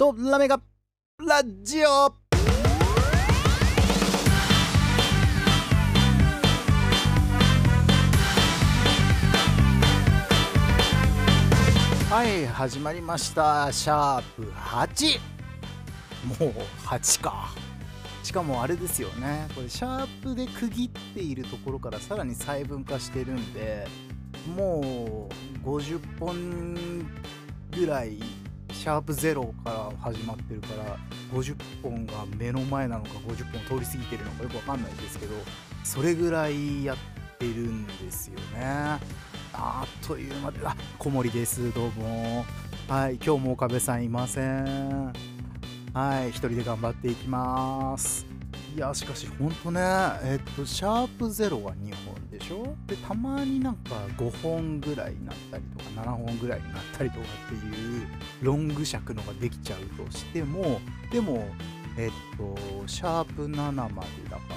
とラメがラジオ。はい、始まりました。シャープ8。もう8か。しかもあれですよね、これシャープで区切っているところからさらに細分化してるんで、もう50本ぐらいシャープ0から始まってるから、50本が目の前なのか50本通り過ぎてるのかよくわかんないですけど、それぐらいやってるんですよね。あっという間で、小森です。どうも。はい、今日も岡部さんいません。はい、一人で頑張っていきます。いや、しかしほんとね、シャープ0は2本でしょ。で、たまになんか5本ぐらいになったりとか、7本ぐらいになったりとかっていうロング尺のができちゃうとしても、でも、シャープ7までだから、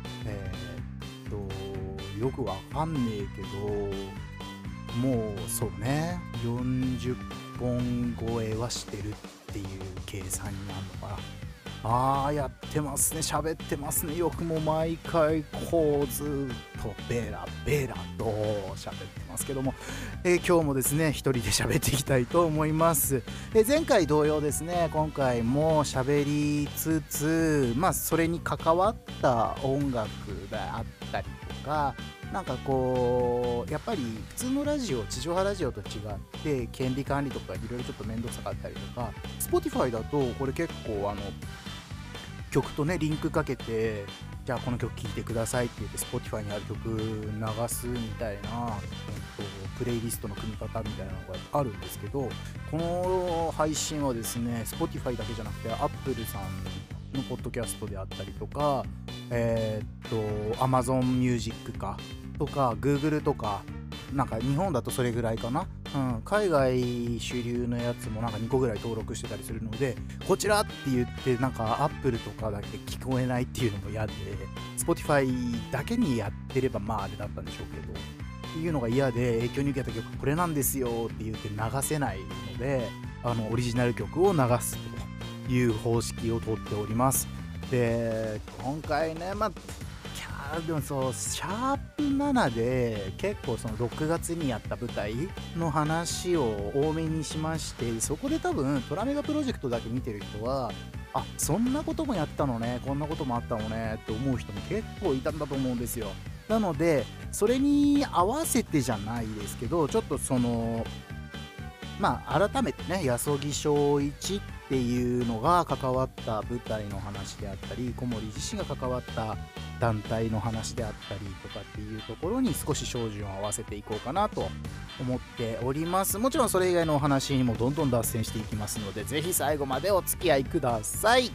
よくわかんねえけど、もうそうね、40本超えはしてるっていう計算になるのかな。やってますね、喋ってますね。よくも毎回こうずっとベラベラと喋ってますけども、今日もですね一人で喋っていきたいと思います。前回同様ですね、今回も喋りつつ、それに関わった音楽があったりとか、なんかこうやっぱり普通のラジオ、地上波ラジオと違って権利管理とかいろいろちょっと面倒くさかったりとか、 Spotify だとこれ結構曲とねリンクかけて、じゃあこの曲聴いてくださいって言って Spotify にある曲流すみたいな、プレイリストの組み方みたいなのがあるんですけど、この配信はですね Spotify だけじゃなくて Apple さんのポッドキャストであったりとか、Amazon Music かとか Google とか、なんか日本だとそれぐらいかな、海外主流のやつもなんか2個ぐらい登録してたりするので、こちらって言ってなんか Apple とかだけ聞こえないっていうのも嫌で、 Spotify だけにやってればあれだったんでしょうけどっていうのが嫌で、影響に受けた曲これなんですよって言って流せないので、オリジナル曲を流すという方式をとっております。で、今回ね、でもそう、シャープ7で結構その6月にやった舞台の話を多めにしまして、そこで多分トラメガプロジェクトだけ見てる人は、そんなこともやったのね、こんなこともあったのねって思う人も結構いたんだと思うんですよ。なのでそれに合わせてじゃないですけど、ちょっとその改めてね、八十木正一っていうのが関わった舞台の話であったり、小森自身が関わった団体の話であったりとかっていうところに少し照準を合わせていこうかなと思っております。もちろんそれ以外のお話にもどんどん脱線していきますので、ぜひ最後までお付き合いください。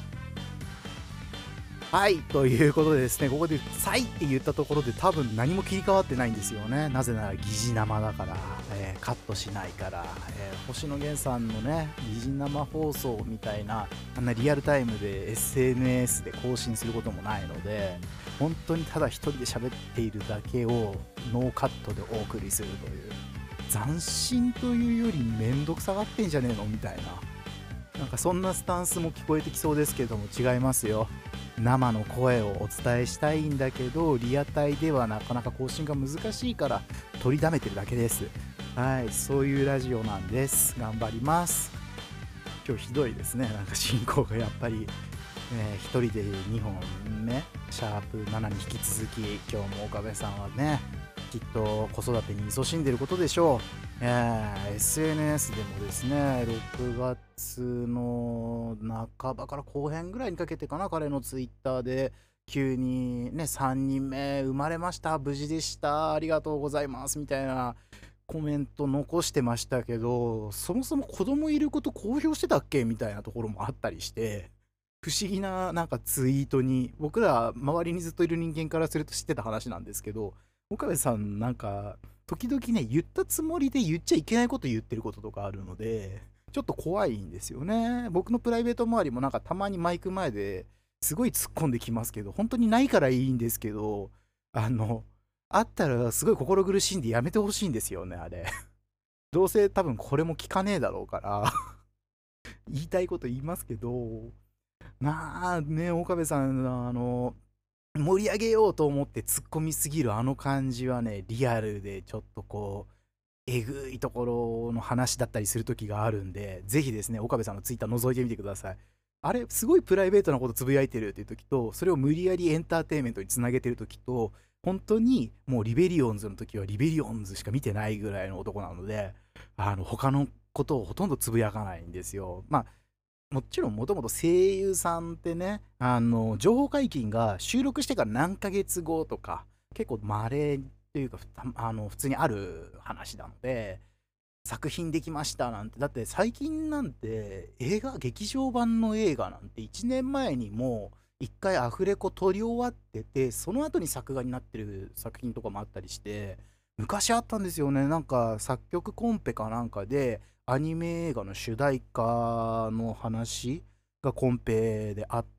はい、ということでですね、ここで「さい」って言ったところで多分何も切り替わってないんですよね。なぜなら疑似生だから、カットしないから、星野源さんのね疑似生放送みたいな、あんなリアルタイムで SNS で更新することもないので、本当にただ一人で喋っているだけをノーカットでお送りするという、斬新というよりめんどくさがってんじゃねえのみたいな、なんかそんなスタンスも聞こえてきそうですけども、違いますよ。生の声をお伝えしたいんだけど、リアタイではなかなか更新が難しいから取りだめてるだけです。はい、そういうラジオなんです。頑張ります。今日ひどいですね、なんか進行がやっぱり、一人で2本目、シャープ7に引き続き、今日も岡部さんはねきっと子育てに勤しんでることでしょう。SNS でもですね、6月の半ばから後編ぐらいにかけてかな、彼のツイッターで急にね、3人目生まれました、無事でした、ありがとうございますみたいなコメント残してましたけど、そもそも子供いること公表してたっけみたいなところもあったりして、不思議ななんかツイートに、僕ら周りにずっといる人間からすると知ってた話なんですけど、岡部さんなんか時々ね、言ったつもりで言っちゃいけないこと言ってることとかあるので、ちょっと怖いんですよね。僕のプライベート周りもなんかたまにマイク前ですごい突っ込んできますけど、本当にないからいいんですけど、あったらすごい心苦しいんでやめてほしいんですよね、あれ。どうせ多分これも聞かねえだろうから言いたいこと言いますけど、なあね、岡部さんの盛り上げようと思って突っ込みすぎるあの感じはね、リアルでちょっとこう、えぐいところの話だったりする時があるんで、ぜひですね、岡部さんのツイッター覗いてみてください。あれ、すごいプライベートなことつぶやいてるっていう時と、それを無理やりエンターテインメントにつなげてる時と、本当にもうリベリオンズの時はリベリオンズしか見てないぐらいの男なので、他のことをほとんどつぶやかないんですよ。まあ、もちろんもともと声優さんってね、情報解禁が収録してから何ヶ月後とか、結構稀というか、普通にある話なので、作品できましたなんて、だって最近なんて劇場版の映画なんて1年前にもう一回アフレコ撮り終わってて、その後に作画になってる作品とかもあったりして、昔あったんですよね。なんか作曲コンペかなんかで、アニメ映画の主題歌の話がコンペであって、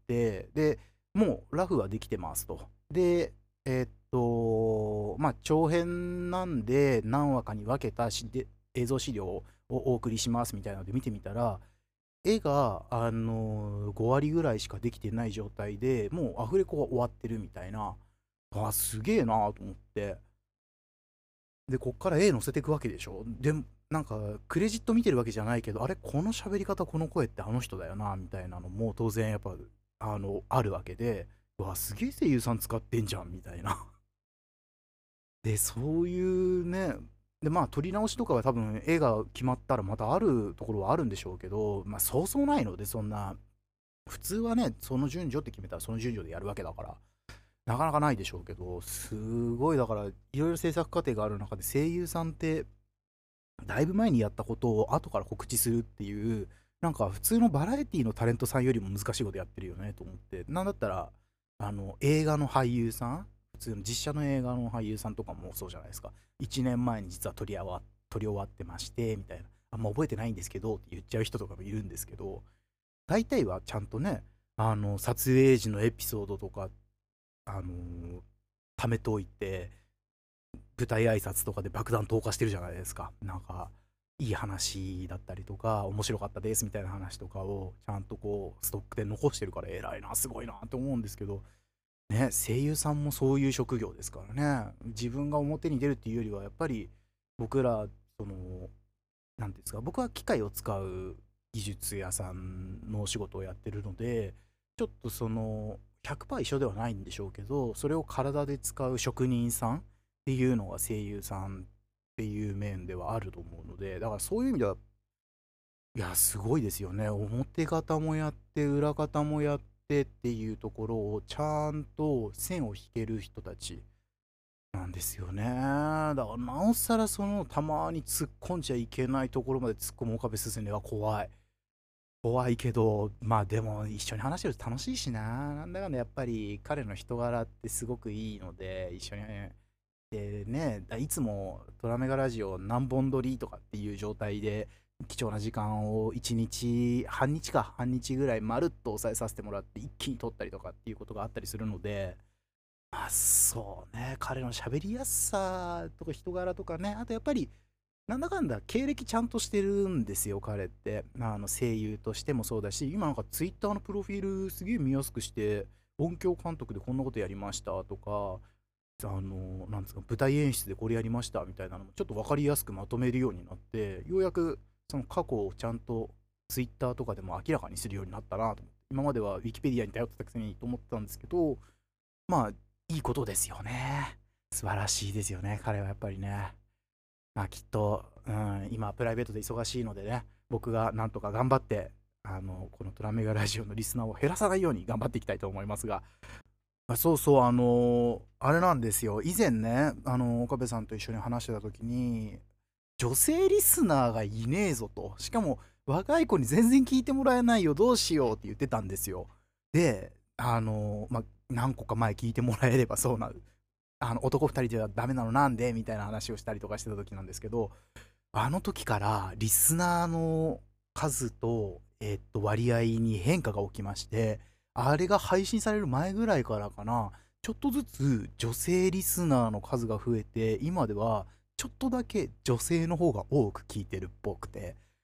で、もうラフはできてますと。で、まあ、長編なんで何話かに分けた映像資料をお送りしますみたいなので見てみたら、絵が、5割ぐらいしかできてない状態でもうアフレコが終わってるみたいな、すげえなと思って。で、こっから絵乗せていくわけでしょ。で、なんか、クレジット見てるわけじゃないけど、あれ、この喋り方、この声ってあの人だよな、みたいなのも当然やっぱ、あるわけで、すげえ声優さん使ってんじゃん、みたいな。で、そういうね、で、まあ、撮り直しとかは多分、絵が決まったらまたあるところはあるんでしょうけど、まあ、そうそうないので、そんな、普通はね、その順序って決めたらその順序でやるわけだから、なかなかないでしょうけど、すごい、だから、いろいろ制作過程がある中で、声優さんって、だいぶ前にやったことを後から告知するっていう、なんか普通のバラエティのタレントさんよりも難しいことやってるよねと思って、なんだったら、映画の俳優さん、普通の実写の映画の俳優さんとかもそうじゃないですか。1年前に実は撮り終わってまして、みたいな。あんま覚えてないんですけどって言っちゃう人とかもいるんですけど、大体はちゃんとね、撮影時のエピソードとか、あの貯めといて、舞台挨拶とかで爆弾投下してるじゃないですか。なんか、いい話だったりとか、面白かったですみたいな話とかを、ちゃんとこう、ストックで残してるから偉いな、すごいなって思うんですけど、ね、声優さんもそういう職業ですからね。自分が表に出るっていうよりは、やっぱり、僕ら、その、なんていうんですか、僕は機械を使う技術屋さんのお仕事をやってるので、ちょっとその、100%一緒ではないんでしょうけど、それを体で使う職人さんっていうのが声優さんっていう面ではあると思うので、だからそういう意味では、いや、すごいですよね。表方もやって、裏方もやってっていうところを、ちゃんと線を引ける人たちなんですよね。だからなおさらそのたまに突っ込んじゃいけないところまで突っ込む岡部進は怖い。怖いけど、まあでも一緒に話してると楽しいしな。なんだかんだやっぱり彼の人柄ってすごくいいので、一緒にでね、いつもトラメガラジオ何本撮りとかっていう状態で貴重な時間を1日、半日ぐらいまるっと抑えさせてもらって一気に撮ったりとかっていうことがあったりするので、まあそうね、彼の喋りやすさとか人柄とかね、あとやっぱりなんだかんだ経歴ちゃんとしてるんですよ、彼って。声優としてもそうだし、今なんかツイッターのプロフィールすげえ見やすくして、音響監督でこんなことやりましたとか、なんですか、舞台演出でこれやりましたみたいなのもちょっと分かりやすくまとめるようになって、ようやくその過去をちゃんとツイッターとかでも明らかにするようになったなと思って、今まではウィキペディアに頼ってたくせにと思ってたんですけど、まあ、いいことですよね。素晴らしいですよね、彼はやっぱりね。まあきっと、今プライベートで忙しいのでね、僕がなんとか頑張って、このトラメガラジオのリスナーを減らさないように頑張っていきたいと思いますが、そうそう、あれなんですよ。以前ね、岡部さんと一緒に話してた時に、女性リスナーがいねえぞと。しかも、若い子に全然聞いてもらえないよ、どうしようって言ってたんですよ。で、何個か前聞いてもらえればそうなる。男2人ではダメなのなんでみたいな話をしたりとかしてた時なんですけど、あの時からリスナーの数と、割合に変化が起きまして、あれが配信される前ぐらいからかな、ちょっとずつ女性リスナーの数が増えて、今ではちょっとだけ女性の方が多く聞いてるっぽくて、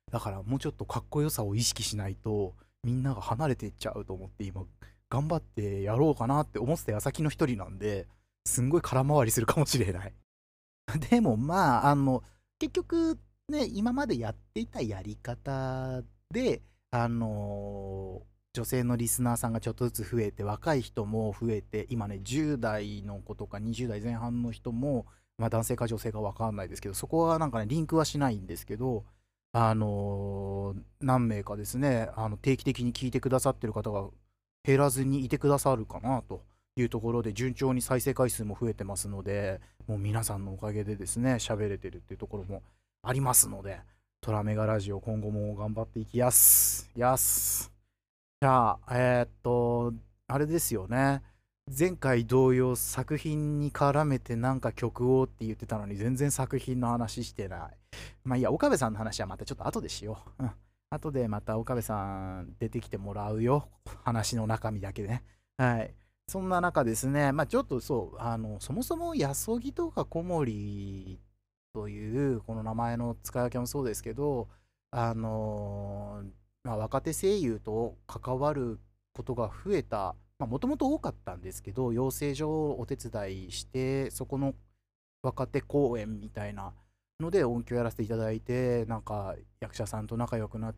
だからもうちょっとかっこよさを意識しないとみんなが離れていっちゃうと思って、今頑張ってやろうかなって思ってた矢先の一人なんで、すんごい空回りするかもしれない。でもまあ、結局ね、今までやっていたやり方で、女性のリスナーさんがちょっとずつ増えて、若い人も増えて、今ね、10代の子とか20代前半の人も、まあ男性か女性か分かんないですけど、そこはなんかね、リンクはしないんですけど、何名かですね、定期的に聞いてくださってる方が減らずにいてくださるかなというところで、順調に再生回数も増えてますので、もう皆さんのおかげでですね、喋れてるっていうところもありますので、トラメガラジオ今後も頑張っていきやす。やす。じゃあ、あれですよね。前回同様作品に絡めてなんか曲をって言ってたのに全然作品の話してない。まあいいや、岡部さんの話はまたちょっと後でしよう。うん。後でまた岡部さん出てきてもらうよ。話の中身だけね。はい。そんな中ですね、まあちょっとそう、そもそもやそぎとか小森というこの名前の使い分けもそうですけど、まあ、若手声優と関わることが増えた、もともと多かったんですけど、養成所をお手伝いして、そこの若手公演みたいなので音響やらせていただいて、なんか役者さんと仲良くなって、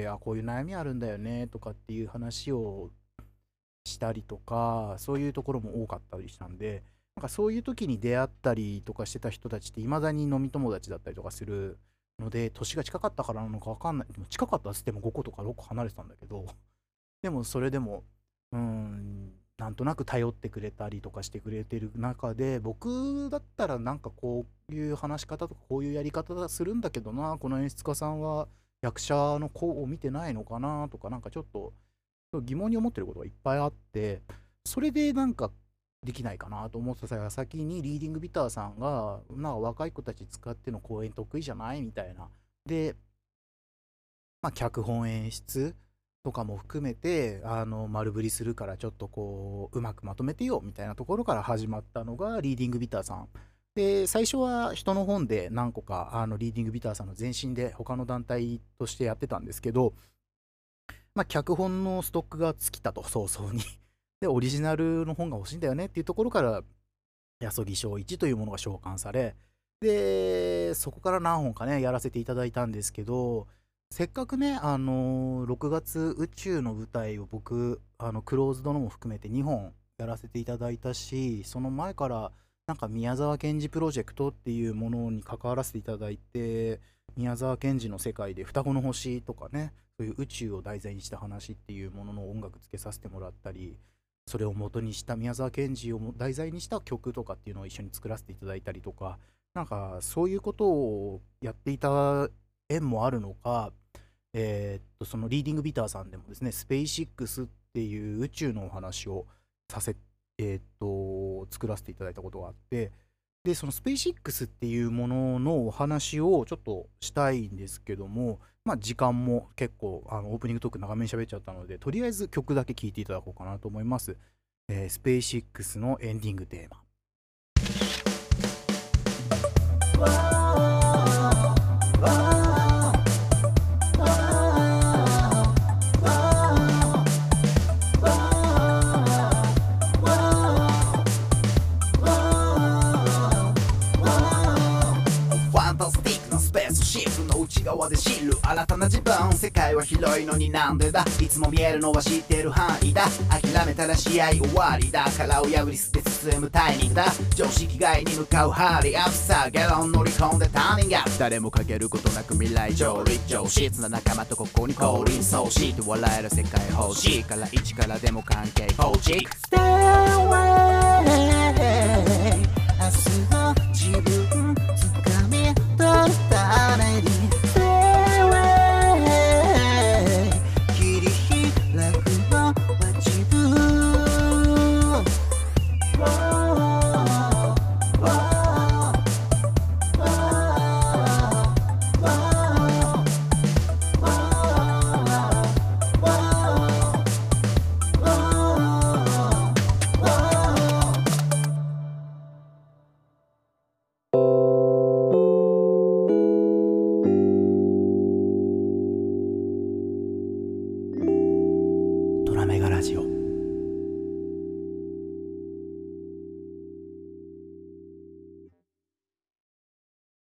あ、こういう悩みあるんだよねとかっていう話をしたりとか、そういうところも多かったりしたんで、なんかそういう時に出会ったりとかしてた人たちって、いまだに飲み友達だったりとかするので、年が近かったからなのか分かんない。でも近かったっつっても5個とか6個離れてたんだけど、でもそれでも、なんとなく頼ってくれたりとかしてくれてる中で、僕だったらなんかこういう話し方とかこういうやり方するんだけどな、この演出家さんは役者の子を見てないのかなとか、なんかちょっと疑問に思ってることがいっぱいあって、それでなんかできないかなと思ってた矢先にリーディングビターさんが、なんか若い子たち使っての公演得意じゃないみたいな。で、まあ、脚本演出とかも含めて丸振りするからちょっとこううまくまとめてよみたいなところから始まったのがリーディングビターさんで、最初は人の本で何個かリーディングビターさんの前身で他の団体としてやってたんですけど、まあ、脚本のストックが尽きたと早々にでオリジナルの本が欲しいんだよねっていうところから安木正一というものが召喚され、でそこから何本かねやらせていただいたんですけど、せっかくね、6月宇宙の舞台を僕、クローズドのも含めて2本やらせていただいたし、その前から、なんか宮沢賢治プロジェクトっていうものに関わらせていただいて、宮沢賢治の世界で双子の星とかね、そういう宇宙を題材にした話っていうものの音楽つけさせてもらったり、それを元にした宮沢賢治を題材にした曲とかっていうのを一緒に作らせていただいたりとか、なんかそういうことをやっていた縁もあるのか、そのリーディングビターさんでもですね、スペイシックスっていう宇宙のお話をさせ、作らせていただいたことがあって、で、そのスペイシックスっていうもののお話をちょっとしたいんですけども、まあ時間も結構オープニングトーク長めに喋っちゃったので、とりあえず曲だけ聴いていただこうかなと思います。スペイシックスのエンディングテーマ。 内側で知る新たな自分、世界は広いのになんでだ、いつも見えるのは知ってる範囲だ、諦めたら試合終わりだ、殻を破り捨て進むタイミングだ、常識外に向かうハリアップさ、ゲロン乗り込んでターニングアップ、誰もかけることなく未来上立上質な仲間とここに降臨そうして笑える世界欲しいから一からでも関係構築 Stay away 明日の自分掴み取るためにラジオ。